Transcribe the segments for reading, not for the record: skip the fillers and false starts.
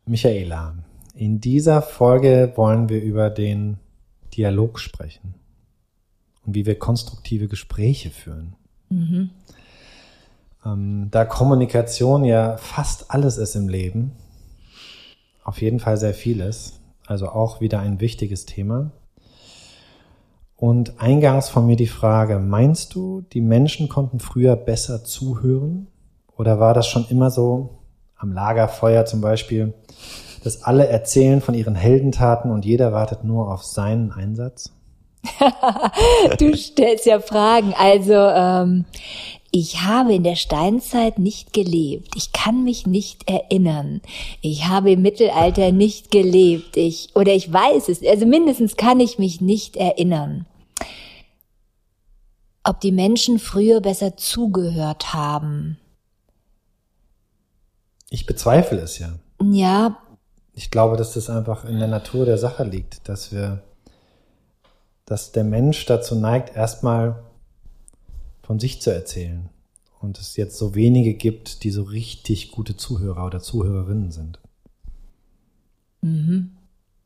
Michaela, in dieser Folge wollen wir über den Dialog sprechen und wie wir konstruktive Gespräche führen. Mhm. Da Kommunikation ja fast alles ist im Leben, auf jeden Fall sehr vieles, also auch wieder ein wichtiges Thema. Und eingangs von mir die Frage, meinst du, die Menschen konnten früher besser zuhören? Oder war das schon immer so, am Lagerfeuer zum Beispiel, dass alle erzählen von ihren Heldentaten und jeder wartet nur auf seinen Einsatz? Du stellst ja Fragen. Also ich habe in der Steinzeit nicht gelebt. Ich kann mich nicht erinnern. Ich habe im Mittelalter nicht gelebt. Ich weiß es. Also mindestens kann ich mich nicht erinnern. Ob die Menschen früher besser zugehört haben? Ich bezweifle es ja. Ja. Ich glaube, dass das einfach in der Natur der Sache liegt, dass der Mensch dazu neigt, erstmal von sich zu erzählen und es jetzt so wenige gibt, die so richtig gute Zuhörer oder Zuhörerinnen sind. Mhm.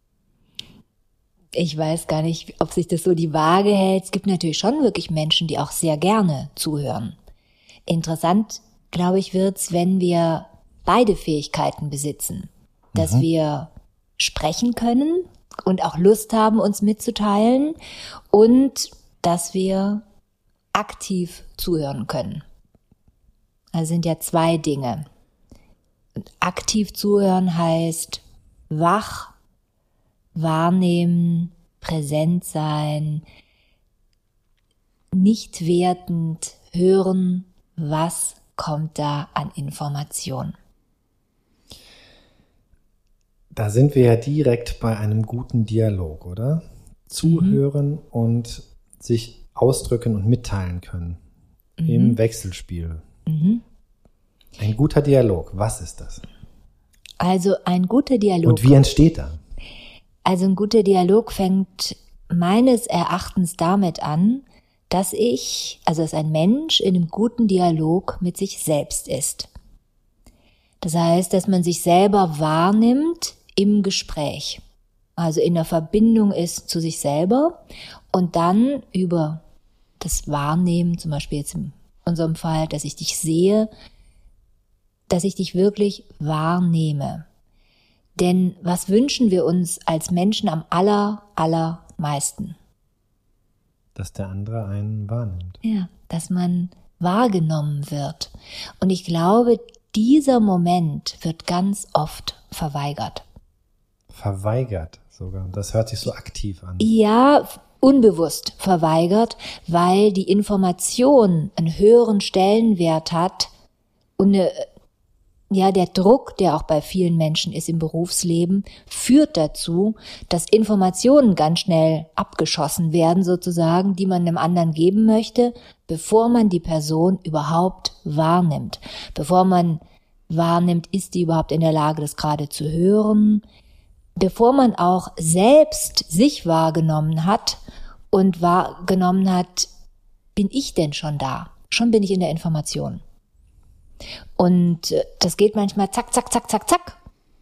Ich weiß gar nicht, ob sich das so die Waage hält. Es gibt natürlich schon wirklich Menschen, die auch sehr gerne zuhören. Interessant, glaube ich, wird's, wenn wir beide Fähigkeiten besitzen. Dass wir sprechen können und auch Lust haben, uns mitzuteilen und dass wir aktiv zuhören können. Also sind ja zwei Dinge. Und aktiv zuhören heißt wach, wahrnehmen, präsent sein, nicht wertend hören, was kommt da an Information. Da sind wir ja direkt bei einem guten Dialog, oder? Zuhören und sich ausdrücken und mitteilen können im Wechselspiel. Ein guter Dialog, was ist das? Also ein guter Dialog. Und wie entsteht er? Also ein guter Dialog fängt meines Erachtens damit an, dass ein Mensch in einem guten Dialog mit sich selbst ist. Das heißt, dass man sich selber wahrnimmt im Gespräch, also in der Verbindung ist zu sich selber und dann über das Wahrnehmen, zum Beispiel jetzt in unserem Fall, dass ich dich sehe, dass ich dich wirklich wahrnehme. Denn was wünschen wir uns als Menschen am allermeisten? Dass der andere einen wahrnimmt. Ja, dass man wahrgenommen wird. Und ich glaube, dieser Moment wird ganz oft verweigert. Verweigert sogar. Das hört sich so aktiv an. Ja, unbewusst verweigert, weil die Information einen höheren Stellenwert hat und der Druck, der auch bei vielen Menschen ist im Berufsleben, führt dazu, dass Informationen ganz schnell abgeschossen werden sozusagen, die man dem anderen geben möchte, bevor man die Person überhaupt wahrnimmt. Bevor man wahrnimmt, ist die überhaupt in der Lage, das gerade zu hören, bevor man auch selbst sich wahrgenommen hat und wahrgenommen hat, bin ich denn schon da? Schon bin ich in der Information. Und das geht manchmal zack, zack, zack, zack, zack.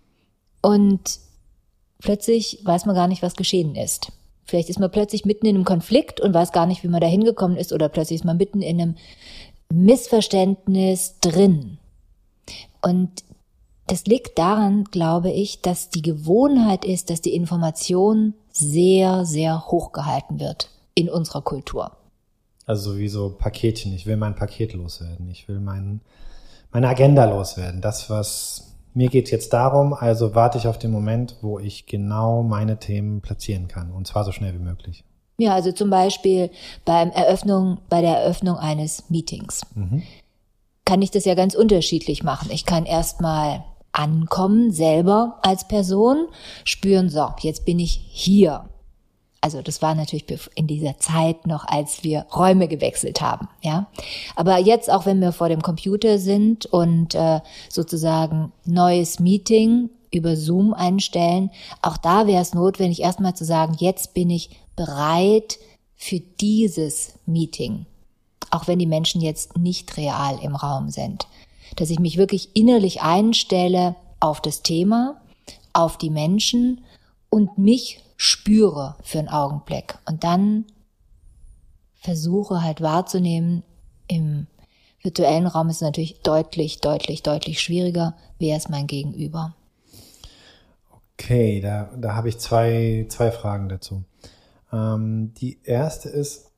Und plötzlich weiß man gar nicht, was geschehen ist. Vielleicht ist man plötzlich mitten in einem Konflikt und weiß gar nicht, wie man da hingekommen ist, oder plötzlich ist man mitten in einem Missverständnis drin. Und das liegt daran, glaube ich, dass die Gewohnheit ist, dass die Information sehr, sehr hoch gehalten wird in unserer Kultur. Also wie so Paketchen. Ich will mein Paket loswerden. Ich will meine Agenda loswerden. Mir geht jetzt darum, also warte ich auf den Moment, wo ich genau meine Themen platzieren kann. Und zwar so schnell wie möglich. Ja, also zum Beispiel bei der Eröffnung eines Meetings. Kann ich das ja ganz unterschiedlich machen. Ich kann erstmal ankommen, selber als Person, spüren, so, jetzt bin ich hier. Also das war natürlich in dieser Zeit noch, als wir Räume gewechselt haben, ja. Aber jetzt, auch wenn wir vor dem Computer sind und sozusagen neues Meeting über Zoom einstellen, auch da wäre es notwendig, erstmal zu sagen, jetzt bin ich bereit für dieses Meeting. Auch wenn die Menschen jetzt nicht real im Raum sind. Dass ich mich wirklich innerlich einstelle auf das Thema, auf die Menschen und mich spüre für einen Augenblick. Und dann versuche halt wahrzunehmen, im virtuellen Raum ist es natürlich deutlich schwieriger, wer ist mein Gegenüber. Okay, da habe ich zwei Fragen dazu. Die erste ist,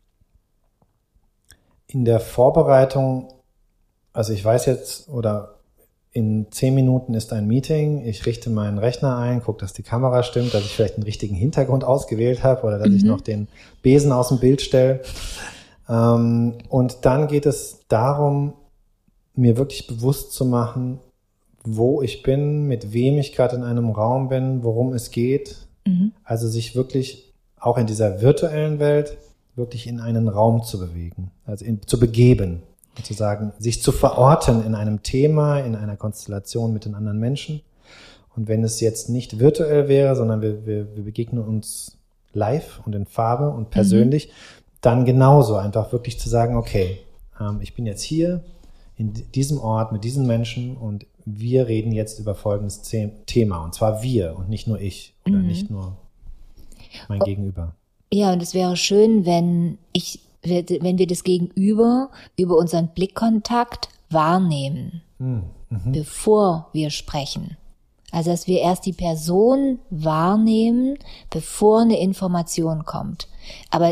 in der Vorbereitung, also ich weiß jetzt, oder in 10 Minuten ist ein Meeting, ich richte meinen Rechner ein, gucke, dass die Kamera stimmt, dass ich vielleicht einen richtigen Hintergrund ausgewählt habe oder dass ich noch den Besen aus dem Bild stelle. Und dann geht es darum, mir wirklich bewusst zu machen, wo ich bin, mit wem ich gerade in einem Raum bin, worum es geht. Also sich wirklich auch in dieser virtuellen Welt wirklich in einen Raum zu bewegen, also zu begeben. Sozusagen, sich zu verorten in einem Thema, in einer Konstellation mit den anderen Menschen. Und wenn es jetzt nicht virtuell wäre, sondern wir begegnen uns live und in Farbe und persönlich, dann genauso einfach wirklich zu sagen, okay, ich bin jetzt hier in diesem Ort mit diesen Menschen und wir reden jetzt über folgendes Thema. Und zwar wir und nicht nur ich oder nicht nur mein Gegenüber. Ja, und es wäre schön, wenn wir das Gegenüber über unseren Blickkontakt wahrnehmen, bevor wir sprechen. Also, dass wir erst die Person wahrnehmen, bevor eine Information kommt. Aber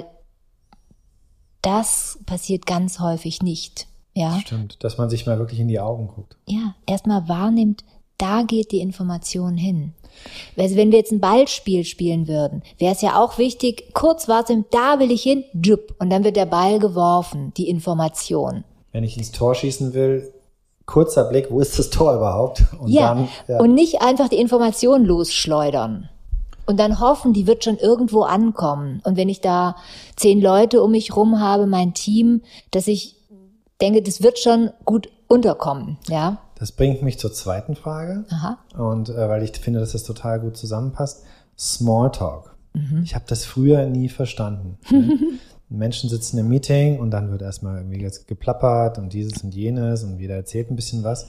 das passiert ganz häufig nicht. Ja? Stimmt, dass man sich mal wirklich in die Augen guckt. Ja, erstmal wahrnimmt, da geht die Information hin. Also wenn wir jetzt ein Ballspiel spielen würden, wäre es ja auch wichtig, kurz warten, da will ich hin, und dann wird der Ball geworfen, die Information. Wenn ich ins Tor schießen will, kurzer Blick, wo ist das Tor überhaupt? Und dann, und nicht einfach die Information losschleudern. Und dann hoffen, die wird schon irgendwo ankommen. Und wenn ich da 10 Leute um mich rum habe, mein Team, dass ich denke, das wird schon gut unterkommen, ja. Das bringt mich zur zweiten Frage. Aha. Und weil ich finde, dass das total gut zusammenpasst. Smalltalk. Ich habe das früher nie verstanden. Menschen sitzen im Meeting und dann wird erstmal irgendwie jetzt geplappert und dieses und jenes und jeder erzählt ein bisschen was.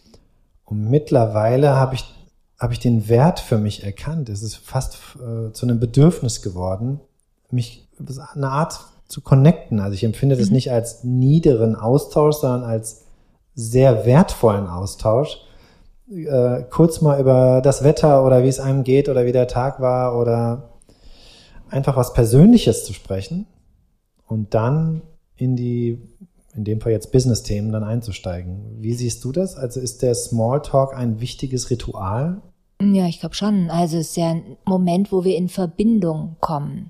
Und mittlerweile habe ich den Wert für mich erkannt. Es ist fast zu einem Bedürfnis geworden, mich eine Art zu connecten. Also ich empfinde das nicht als niederen Austausch, sondern als sehr wertvollen Austausch. Kurz mal über das Wetter oder wie es einem geht oder wie der Tag war oder einfach was Persönliches zu sprechen und dann in dem Fall jetzt Business-Themen dann einzusteigen. Wie siehst du das? Also ist der Smalltalk ein wichtiges Ritual? Ja, ich glaube schon. Also es ist ja ein Moment, wo wir in Verbindung kommen.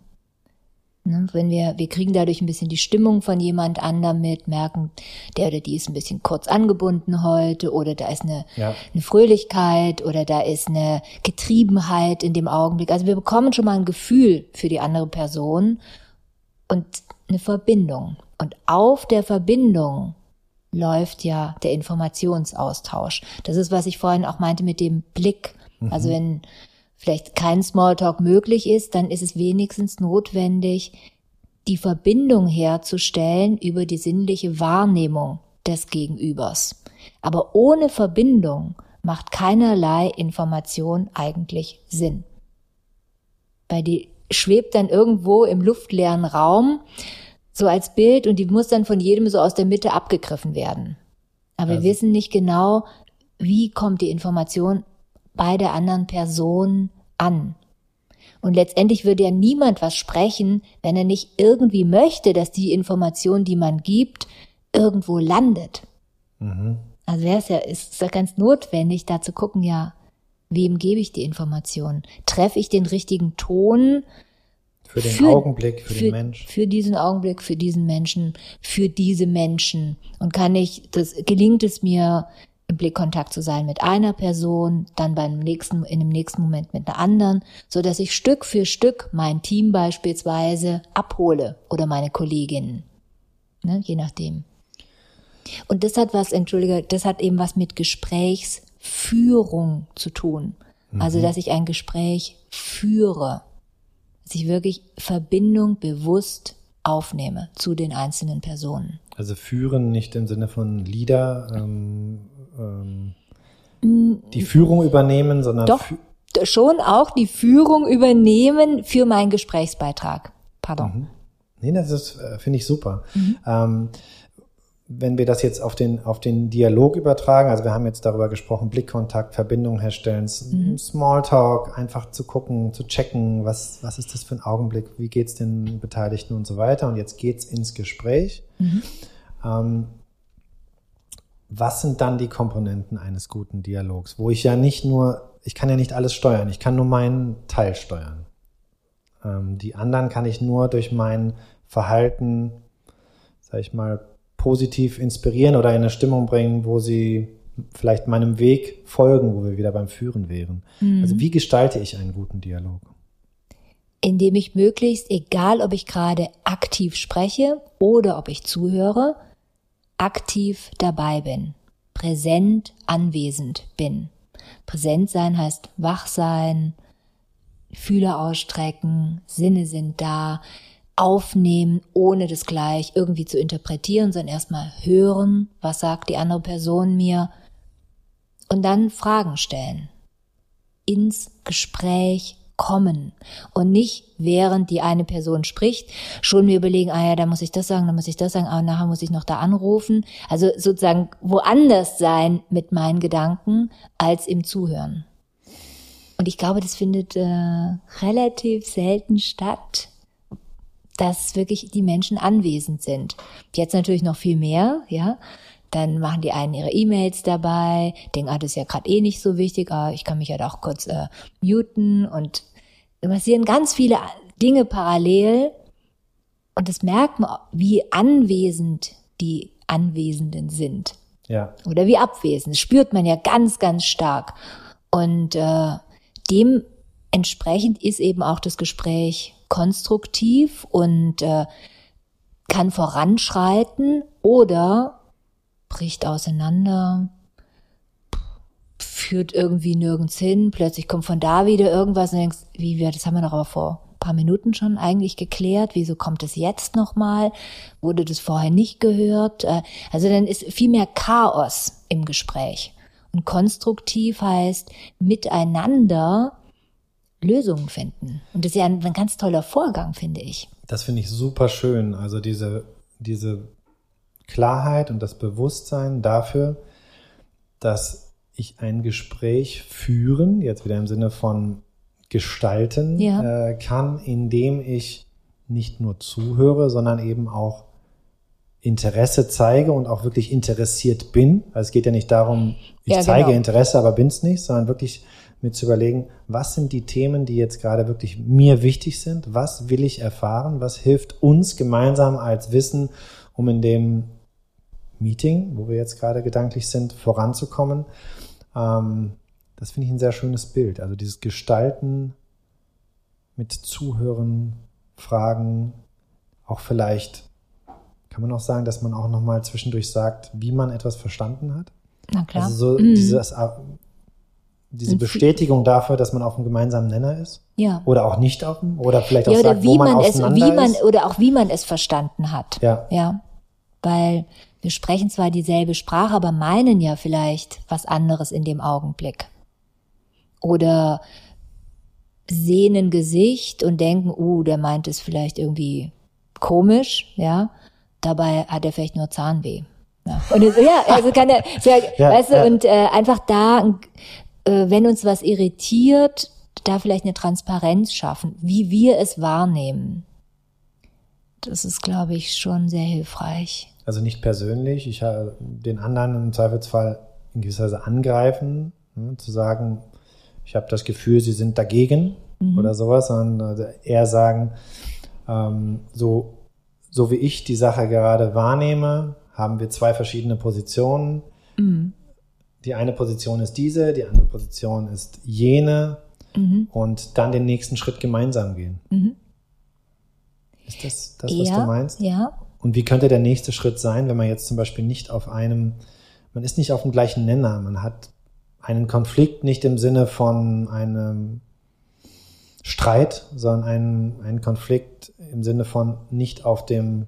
Ne? Wenn wir kriegen dadurch ein bisschen die Stimmung von jemand anderem mit, merken, der oder die ist ein bisschen kurz angebunden heute oder da ist eine Fröhlichkeit oder da ist eine Getriebenheit in dem Augenblick. Also wir bekommen schon mal ein Gefühl für die andere Person und eine Verbindung. Und auf der Verbindung läuft ja der Informationsaustausch. Das ist, was ich vorhin auch meinte mit dem Blick. Also wenn vielleicht kein Smalltalk möglich ist, dann ist es wenigstens notwendig, die Verbindung herzustellen über die sinnliche Wahrnehmung des Gegenübers. Aber ohne Verbindung macht keinerlei Information eigentlich Sinn. Weil die schwebt dann irgendwo im luftleeren Raum, so als Bild, und die muss dann von jedem so aus der Mitte abgegriffen werden. Aber wir wissen nicht genau, wie kommt die Information bei der anderen Person an. Und letztendlich würde ja niemand was sprechen, wenn er nicht irgendwie möchte, dass die Information, die man gibt, irgendwo landet. Also ist ja ganz notwendig, da zu gucken, ja, wem gebe ich die Information? Treffe ich den richtigen Ton? Für den Augenblick, für den Menschen. Für diesen Augenblick, für diesen Menschen, für diese Menschen. Und gelingt es mir, im Blickkontakt zu sein mit einer Person, dann in dem nächsten Moment mit einer anderen, so dass ich Stück für Stück mein Team beispielsweise abhole oder meine Kolleginnen, ne, je nachdem. Und das hat eben was mit Gesprächsführung zu tun. Also, dass ich ein Gespräch führe, dass ich wirklich Verbindung bewusst aufnehme zu den einzelnen Personen. Also führen nicht im Sinne von Leader, die Führung übernehmen, sondern doch, schon auch die Führung übernehmen für meinen Gesprächsbeitrag. Pardon. Nee, das ist, finde ich super. Wenn wir das jetzt auf den Dialog übertragen, also wir haben jetzt darüber gesprochen, Blickkontakt, Verbindung herstellen, Smalltalk, einfach zu gucken, zu checken, was ist das für ein Augenblick, wie geht's den Beteiligten und so weiter. Und jetzt geht's ins Gespräch. Was sind dann die Komponenten eines guten Dialogs? Wo ich kann ja nicht alles steuern, ich kann nur meinen Teil steuern. Die anderen kann ich nur durch mein Verhalten, sag ich mal, positiv inspirieren oder in eine Stimmung bringen, wo sie vielleicht meinem Weg folgen, wo wir wieder beim Führen wären. Also wie gestalte ich einen guten Dialog? Indem ich möglichst, egal ob ich gerade aktiv spreche oder ob ich zuhöre, aktiv dabei bin, präsent, anwesend bin. Präsent sein heißt wach sein, Fühler ausstrecken, Sinne sind da, aufnehmen, ohne das gleich irgendwie zu interpretieren, sondern erstmal hören, was sagt die andere Person mir und dann Fragen stellen, ins Gespräch kommen und nicht, während die eine Person spricht, schon mir überlegen, da muss ich das sagen, nachher muss ich noch da anrufen. Also sozusagen woanders sein mit meinen Gedanken als im Zuhören. Und ich glaube, das findet relativ selten statt, dass wirklich die Menschen anwesend sind. Jetzt natürlich noch viel mehr, ja. Dann machen die einen ihre E-Mails dabei, denken, das ist ja gerade nicht so wichtig, ich kann mich ja doch kurz muten und da passieren ganz viele Dinge parallel und das merkt man, wie anwesend die Anwesenden sind. Ja. Oder wie abwesend. Das spürt man ja ganz, ganz stark. Und dementsprechend ist eben auch das Gespräch konstruktiv und kann voranschreiten oder bricht auseinander, führt irgendwie nirgends hin, plötzlich kommt von da wieder irgendwas und denkst, das haben wir doch aber vor ein paar Minuten schon eigentlich geklärt, wieso kommt es jetzt nochmal, wurde das vorher nicht gehört, also dann ist viel mehr Chaos im Gespräch und konstruktiv heißt miteinander Lösungen finden und das ist ja ein ganz toller Vorgang, finde ich. Das finde ich super schön, also diese Klarheit und das Bewusstsein dafür, dass ich ein Gespräch führen, jetzt wieder im Sinne von gestalten, kann, indem ich nicht nur zuhöre, sondern eben auch Interesse zeige und auch wirklich interessiert bin. Also es geht ja nicht darum, ich zeige Interesse, aber bin's nicht, sondern wirklich mir zu überlegen, was sind die Themen, die jetzt gerade wirklich mir wichtig sind? Was will ich erfahren? Was hilft uns gemeinsam als Wissen, um in dem Meeting, wo wir jetzt gerade gedanklich sind, voranzukommen? Das finde ich ein sehr schönes Bild. Also dieses Gestalten mit Zuhören, Fragen, auch vielleicht kann man auch sagen, dass man auch nochmal zwischendurch sagt, wie man etwas verstanden hat. Na klar. Also so diese Bestätigung dafür, dass man auf einem gemeinsamen Nenner ist. Ja. Oder auch nicht auf dem, oder vielleicht auch oder sagt, wo man auseinander ist. Oder auch wie man es verstanden hat. Ja. Ja. Weil wir sprechen zwar dieselbe Sprache, aber meinen ja vielleicht was anderes in dem Augenblick. Oder sehen ein Gesicht und denken, der meint es vielleicht irgendwie komisch, ja. Dabei hat er vielleicht nur Zahnweh. Ja. Und also kann er, weißt du, und einfach da, wenn uns was irritiert, da vielleicht eine Transparenz schaffen, wie wir es wahrnehmen. Das ist, glaube ich, schon sehr hilfreich. Also nicht persönlich, ich den anderen im Zweifelsfall in gewisser Weise angreifen, zu sagen, ich habe das Gefühl, sie sind dagegen oder sowas, sondern eher sagen, so wie ich die Sache gerade wahrnehme, haben wir zwei verschiedene Positionen. Die eine Position ist diese, die andere Position ist jene und dann den nächsten Schritt gemeinsam gehen. Ist das, was du meinst? Ja. Und wie könnte der nächste Schritt sein, wenn man jetzt zum Beispiel man ist nicht auf dem gleichen Nenner, man hat einen Konflikt nicht im Sinne von einem Streit, sondern einen Konflikt im Sinne von nicht auf dem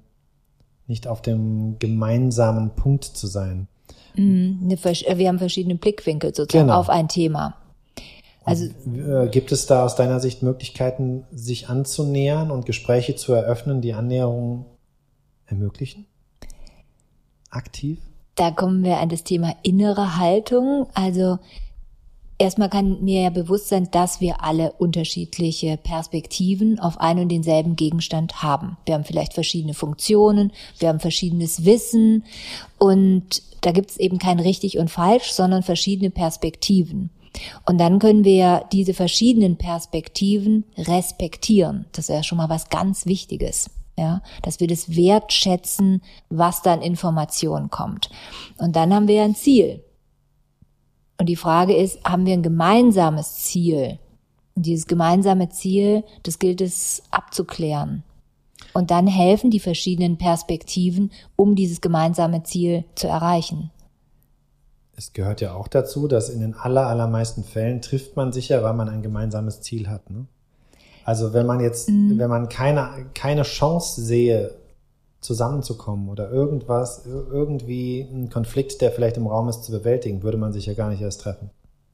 gemeinsamen Punkt zu sein. Wir haben verschiedene Blickwinkel sozusagen auf ein Thema. Also gibt es da aus deiner Sicht Möglichkeiten, sich anzunähern und Gespräche zu eröffnen, die Annäherung ermöglichen? Aktiv? Da kommen wir an das Thema innere Haltung. Also erstmal kann mir ja bewusst sein, dass wir alle unterschiedliche Perspektiven auf einen und denselben Gegenstand haben. Wir haben vielleicht verschiedene Funktionen, wir haben verschiedenes Wissen und da gibt es eben kein richtig und falsch, sondern verschiedene Perspektiven. Und dann können wir diese verschiedenen Perspektiven respektieren. Das ist ja schon mal was ganz Wichtiges. Ja, dass wir das wertschätzen, was da an Informationen kommt. Und dann haben wir ein Ziel. Und die Frage ist, haben wir ein gemeinsames Ziel? Und dieses gemeinsame Ziel, das gilt es abzuklären. Und dann helfen die verschiedenen Perspektiven, um dieses gemeinsame Ziel zu erreichen. Es gehört ja auch dazu, dass in den allermeisten Fällen trifft man sich ja, weil man ein gemeinsames Ziel hat, ne? Also wenn man keine Chance sehe, zusammenzukommen oder irgendwie einen Konflikt, der vielleicht im Raum ist, zu bewältigen, würde man sich ja gar nicht erst treffen.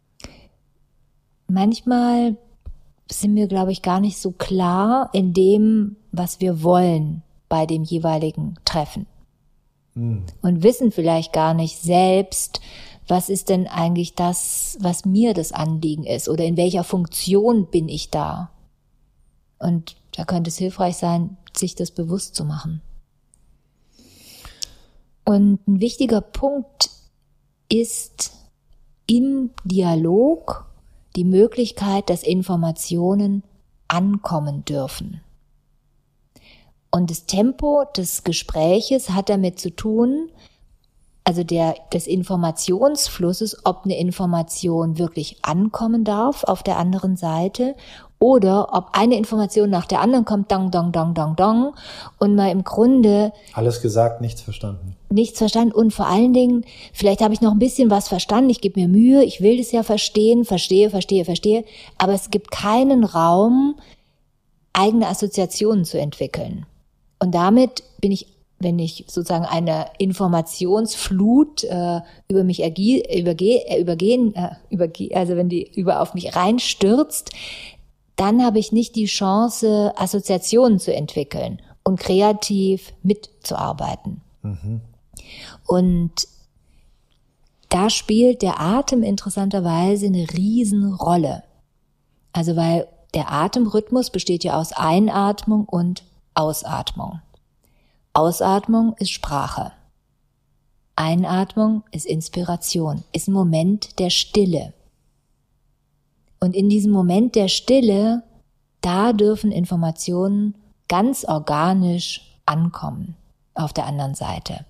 Manchmal sind wir, glaube ich, gar nicht so klar in dem, was wir wollen bei dem jeweiligen Treffen. Und wissen vielleicht gar nicht selbst, was ist denn eigentlich das, was mir das Anliegen ist oder in welcher Funktion bin ich da. Und da könnte es hilfreich sein, sich das bewusst zu machen. Und ein wichtiger Punkt ist im Dialog die Möglichkeit, dass Informationen ankommen dürfen. Und das Tempo des Gespräches hat damit zu tun, also des Informationsflusses, ob eine Information wirklich ankommen darf auf der anderen Seite oder ob eine Information nach der anderen kommt, dong, dong, dong, dong, dong, und man im Grunde alles gesagt, nichts verstanden. Nichts verstanden und vor allen Dingen, vielleicht habe ich noch ein bisschen was verstanden, ich gebe mir Mühe, ich will das ja verstehen, verstehe, aber es gibt keinen Raum, eigene Assoziationen zu entwickeln. Und damit bin ich, wenn ich sozusagen eine Informationsflut über mich also wenn die auf mich reinstürzt, dann habe ich nicht die Chance, Assoziationen zu entwickeln und kreativ mitzuarbeiten. Mhm. Und da spielt der Atem interessanterweise eine Riesenrolle. Also weil der Atemrhythmus besteht ja aus Einatmung und Ausatmung. Ausatmung ist Sprache. Einatmung ist Inspiration, ist ein Moment der Stille. Und in diesem Moment der Stille, da dürfen Informationen ganz organisch ankommen auf der anderen Seite.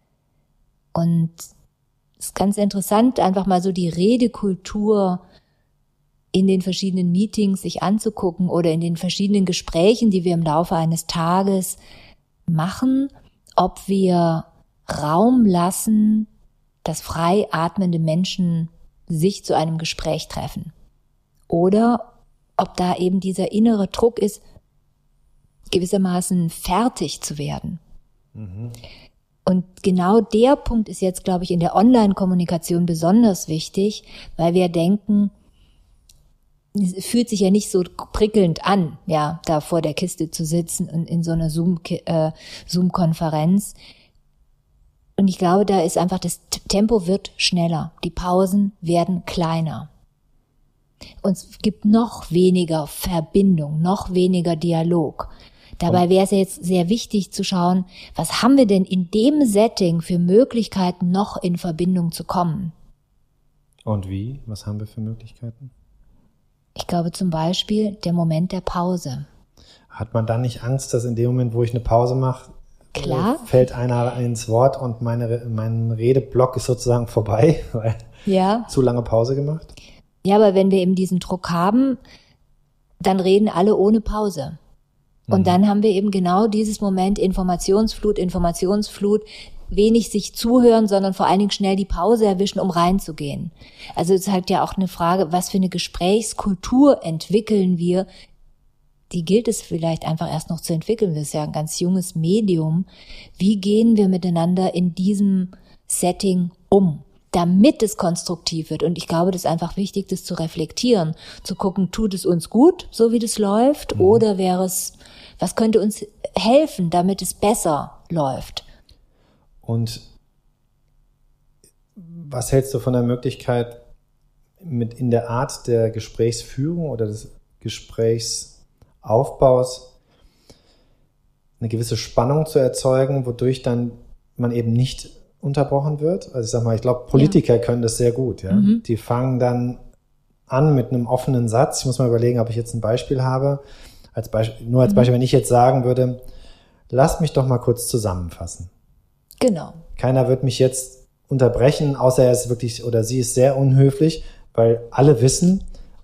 Und es ist ganz interessant, einfach mal so die Redekultur in den verschiedenen Meetings sich anzugucken oder in den verschiedenen Gesprächen, die wir im Laufe eines Tages machen, ob wir Raum lassen, dass frei atmende Menschen sich zu einem Gespräch treffen. Oder ob da eben dieser innere Druck ist, gewissermaßen fertig zu werden. Mhm. Und genau der Punkt ist jetzt, glaube ich, in der Online-Kommunikation besonders wichtig, weil wir denken, es fühlt sich ja nicht so prickelnd an, ja, da vor der Kiste zu sitzen und in so einer Zoom-Konferenz. Und ich glaube, da ist einfach, das Tempo wird schneller, die Pausen werden kleiner. Und es gibt noch weniger Verbindung, noch weniger Dialog. Dabei wäre es ja jetzt sehr wichtig zu schauen, was haben wir denn in dem Setting für Möglichkeiten, noch in Verbindung zu kommen? Und wie? Was haben wir für Möglichkeiten? Ich glaube zum Beispiel der Moment der Pause. Hat man da nicht Angst, dass in dem Moment, wo ich eine Pause mache, fällt einer ins Wort und mein Redeblock ist sozusagen vorbei, weil zu lange Pause gemacht? Ja, aber wenn wir eben diesen Druck haben, dann reden alle ohne Pause. Und dann haben wir eben genau dieses Moment Informationsflut, wenig sich zuhören, sondern vor allen Dingen schnell die Pause erwischen, um reinzugehen. Also es ist halt ja auch eine Frage, was für eine Gesprächskultur entwickeln wir? Die gilt es vielleicht einfach erst noch zu entwickeln. Das ist ja ein ganz junges Medium. Wie gehen wir miteinander in diesem Setting um? damit es konstruktiv wird. Und ich glaube, das ist einfach wichtig, das zu reflektieren, zu gucken, tut es uns gut, so wie das läuft, oder was könnte uns helfen, damit es besser läuft? Und was hältst du von der Möglichkeit, mit in der Art der Gesprächsführung oder des Gesprächsaufbaus eine gewisse Spannung zu erzeugen, wodurch dann man eben nicht unterbrochen wird? Also ich sag mal, ich glaube, Politiker können das sehr gut. Ja? Die fangen dann an mit einem offenen Satz. Ich muss mal überlegen, ob ich jetzt ein Beispiel habe. Als Beispiel, wenn ich jetzt sagen würde, lasst mich doch mal kurz zusammenfassen. Genau. Keiner wird mich jetzt unterbrechen, außer er ist wirklich oder sie ist sehr unhöflich, weil alle wissen,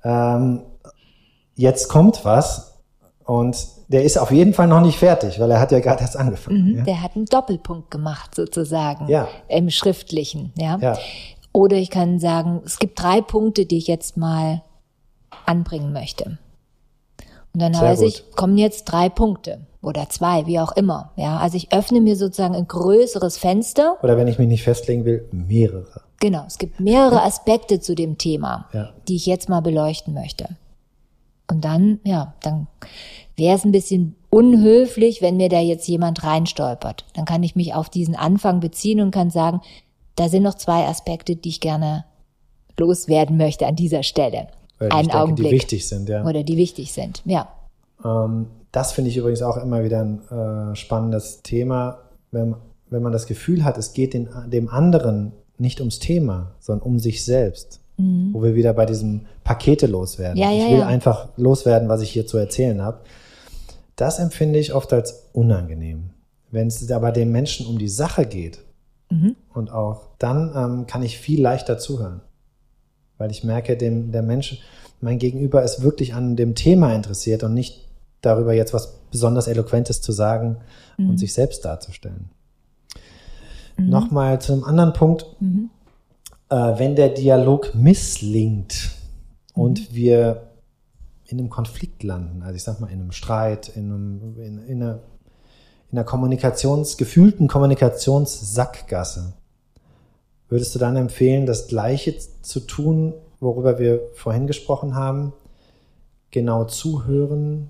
jetzt kommt was und der ist auf jeden Fall noch nicht fertig, weil er hat ja gerade erst angefangen. Ja? Der hat einen Doppelpunkt gemacht sozusagen Ja. Im Schriftlichen. Ja? Ja. Oder ich kann sagen, es gibt 3 Punkte, die ich jetzt mal anbringen möchte. Und dann Sehr weiß gut. ich, kommen jetzt 3 Punkte oder 2, wie auch immer. Ja, also ich öffne mir sozusagen ein größeres Fenster. Oder wenn ich mich nicht festlegen will, mehrere. Genau, es gibt mehrere Aspekte zu dem Thema, Ja. die ich jetzt mal beleuchten möchte. Und dann wäre es ein bisschen unhöflich, wenn mir da jetzt jemand reinstolpert. Dann kann ich mich auf diesen Anfang beziehen und kann sagen, da sind noch 2 Aspekte, die ich gerne loswerden möchte an dieser Stelle. Weil Einen ich denke, Augenblick. die wichtig sind, ja. Oder die wichtig sind, ja. Das finde ich übrigens auch immer wieder ein spannendes Thema, wenn man das Gefühl hat, es geht dem anderen nicht ums Thema, sondern um sich selbst. Wo wir wieder bei diesem Pakete loswerden. Ich will einfach loswerden, was ich hier zu erzählen habe. Das empfinde ich oft als unangenehm. Wenn es aber dem Menschen um die Sache geht und auch dann kann ich viel leichter zuhören. Weil ich merke, der Mensch, mein Gegenüber ist wirklich an dem Thema interessiert und nicht darüber jetzt was besonders Eloquentes zu sagen und sich selbst darzustellen. Nochmal zu einem anderen Punkt. Wenn der Dialog misslingt und wir in einem Konflikt landen, also ich sag mal in einem Streit, in einer gefühlten Kommunikationssackgasse, würdest du dann empfehlen, das Gleiche zu tun, worüber wir vorhin gesprochen haben? Genau zuhören,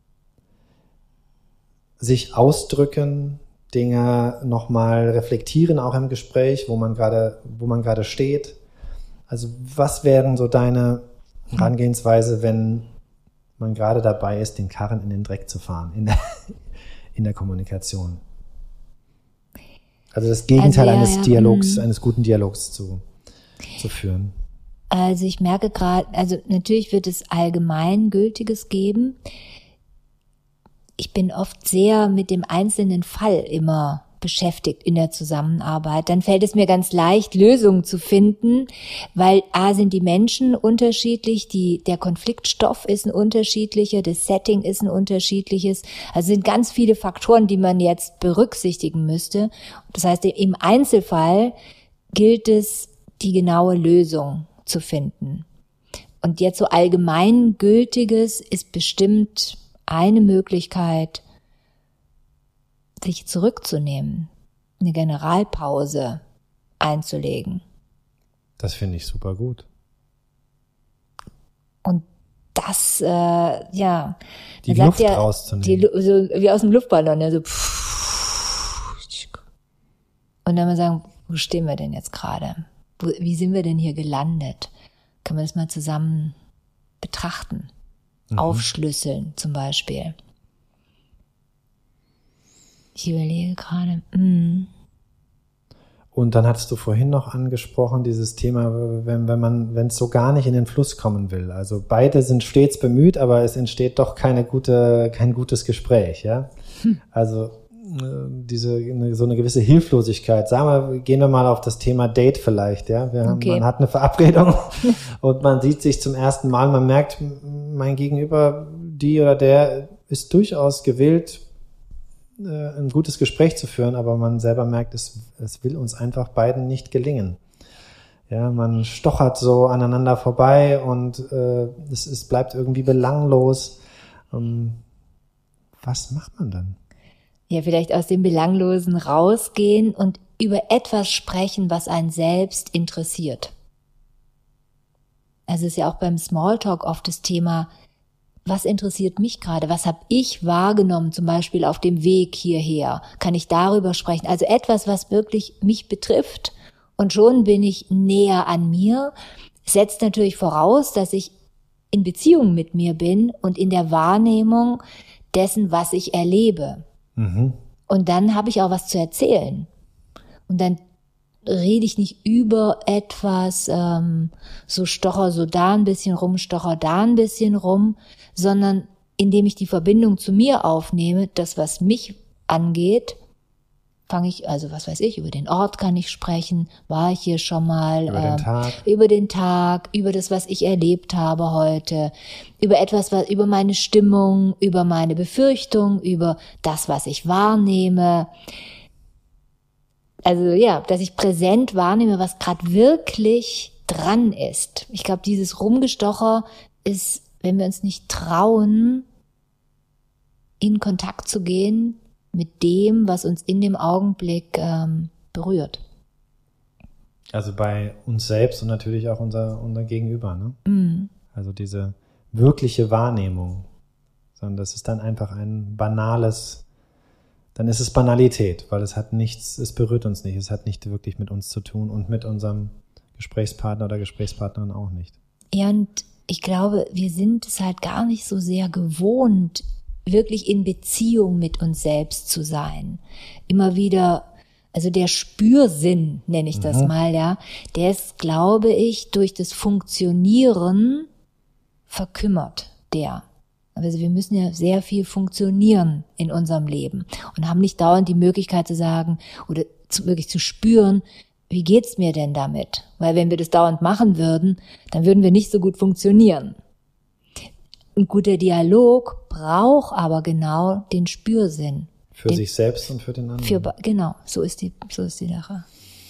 sich ausdrücken, Dinge nochmal reflektieren, auch im Gespräch, wo man gerade steht. Also was wären so deine Herangehensweise, wenn man gerade dabei ist, den Karren in den Dreck zu fahren, in der Kommunikation? Also das Gegenteil eines Dialogs, eines guten Dialogs zu führen. Also ich merke gerade, also natürlich wird es Allgemeingültiges geben. Ich bin oft sehr mit dem einzelnen Fall immer beschäftigt in der Zusammenarbeit. Dann fällt es mir ganz leicht, Lösungen zu finden, weil sind die Menschen unterschiedlich, der Konfliktstoff ist ein unterschiedlicher, das Setting ist ein unterschiedliches. Also sind ganz viele Faktoren, die man jetzt berücksichtigen müsste. Das heißt, im Einzelfall gilt es, die genaue Lösung zu finden. Und jetzt so Allgemeingültiges ist bestimmt eine Möglichkeit, sich zurückzunehmen, eine Generalpause einzulegen. Das finde ich super gut. Und das, die Luft rauszunehmen. So wie aus dem Luftballon, also und dann mal sagen, wo stehen wir denn jetzt gerade? Wie sind wir denn hier gelandet? Können wir das mal zusammen betrachten? Aufschlüsseln zum Beispiel. Ich überlege gerade. Und dann hattest du vorhin noch angesprochen, dieses Thema, wenn es so gar nicht in den Fluss kommen will. Also beide sind stets bemüht, aber es entsteht doch kein gutes Gespräch, ja. Also so eine gewisse Hilflosigkeit. Gehen wir mal auf das Thema Date vielleicht, ja. Man hat eine Verabredung und man sieht sich zum ersten Mal, man merkt, mein Gegenüber, die oder der ist durchaus gewillt, ein gutes Gespräch zu führen, aber man selber merkt, es will uns einfach beiden nicht gelingen. Ja, man stochert so aneinander vorbei und es bleibt irgendwie belanglos. Was macht man dann? Ja, vielleicht aus dem Belanglosen rausgehen und über etwas sprechen, was einen selbst interessiert. Also es ist ja auch beim Smalltalk oft das Thema, was interessiert mich gerade? Was habe ich wahrgenommen, zum Beispiel auf dem Weg hierher? Kann ich darüber sprechen? Also etwas, was wirklich mich betrifft. Und schon bin ich näher an mir. Setzt natürlich voraus, dass ich in Beziehung mit mir bin und in der Wahrnehmung dessen, was ich erlebe. Mhm. Und dann habe ich auch was zu erzählen. Und dann rede ich nicht über etwas, so stocher so da ein bisschen rum, stocher da ein bisschen rum, sondern indem ich die Verbindung zu mir aufnehme, das, was mich angeht, fange ich, also was weiß ich, über den Ort kann ich sprechen, war ich hier schon mal, über den Tag, über das, was ich erlebt habe heute, über etwas, über meine Stimmung, über meine Befürchtung, über das, was ich wahrnehme. Also ja, dass ich präsent wahrnehme, was gerade wirklich dran ist. Ich glaube, dieses Rumgestocher ist, wenn wir uns nicht trauen, in Kontakt zu gehen mit dem, was uns in dem Augenblick berührt. Also bei uns selbst und natürlich auch unser Gegenüber, ne? Mhm. Also diese wirkliche Wahrnehmung. Sondern das ist dann einfach ein banales, dann ist es Banalität, weil es hat nichts, es berührt uns nicht, es hat nicht wirklich mit uns zu tun und mit unserem Gesprächspartner oder Gesprächspartnerin auch nicht. Ja, und ich glaube, wir sind es halt gar nicht so sehr gewohnt, wirklich in Beziehung mit uns selbst zu sein. Immer wieder, also der Spürsinn, nenne ich das mal, ja, der ist, glaube ich, durch das Funktionieren verkümmert, der. Also wir müssen ja sehr viel funktionieren in unserem Leben und haben nicht dauernd die Möglichkeit zu sagen oder wirklich zu spüren, wie geht's mir denn damit? Weil wenn wir das dauernd machen würden, dann würden wir nicht so gut funktionieren. Ein guter Dialog braucht aber genau den Spürsinn. Für sich selbst und für den anderen. Genau, so ist die Sache.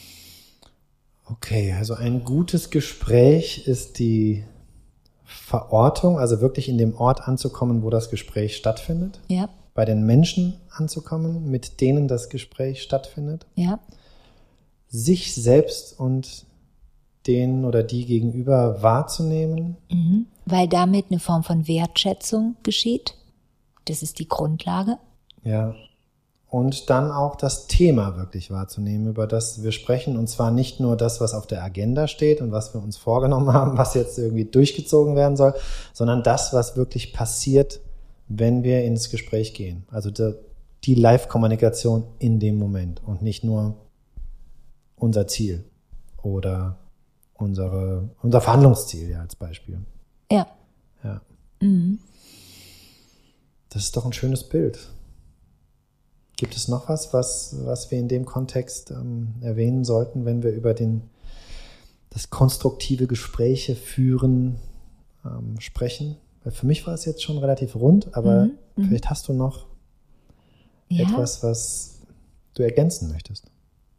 Okay, also ein gutes Gespräch ist die Verortung, also wirklich in dem Ort anzukommen, wo das Gespräch stattfindet. Ja. Bei den Menschen anzukommen, mit denen das Gespräch stattfindet. Ja. Sich selbst und den oder die gegenüber wahrzunehmen. Mhm. Weil damit eine Form von Wertschätzung geschieht. Das ist die Grundlage. Ja. Und dann auch das Thema wirklich wahrzunehmen, über das wir sprechen. Und zwar nicht nur das, was auf der Agenda steht und was wir uns vorgenommen haben, was jetzt irgendwie durchgezogen werden soll, sondern das, was wirklich passiert, wenn wir ins Gespräch gehen. Also die Live-Kommunikation in dem Moment und nicht nur unser Ziel oder unser Verhandlungsziel, ja, als Beispiel. Ja. Ja. Mhm. Das ist doch ein schönes Bild. Gibt es noch was wir in dem Kontext erwähnen sollten, wenn wir über das konstruktive Gespräche führen sprechen? Weil für mich war es jetzt schon relativ rund, aber vielleicht hast du noch etwas, was du ergänzen möchtest.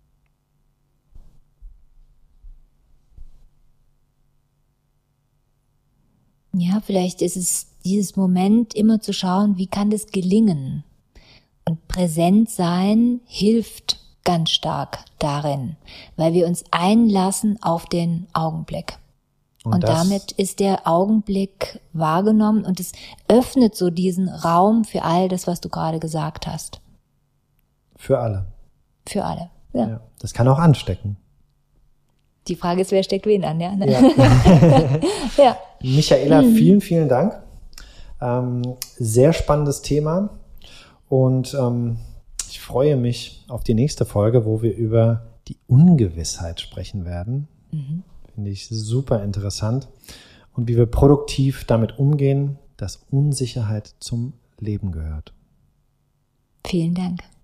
Ja, vielleicht ist es dieses Moment, immer zu schauen, wie kann das gelingen? Und präsent sein hilft ganz stark darin, weil wir uns einlassen auf den Augenblick. Und damit ist der Augenblick wahrgenommen und es öffnet so diesen Raum für all das, was du gerade gesagt hast. Für alle. Für alle, ja. Ja, das kann auch anstecken. Die Frage ist, wer steckt wen an, ja? Ja. Ja. Michaela, vielen, vielen Dank. Sehr spannendes Thema. Und ich freue mich auf die nächste Folge, wo wir über die Ungewissheit sprechen werden. Finde ich super interessant. Und wie wir produktiv damit umgehen, dass Unsicherheit zum Leben gehört. Vielen Dank.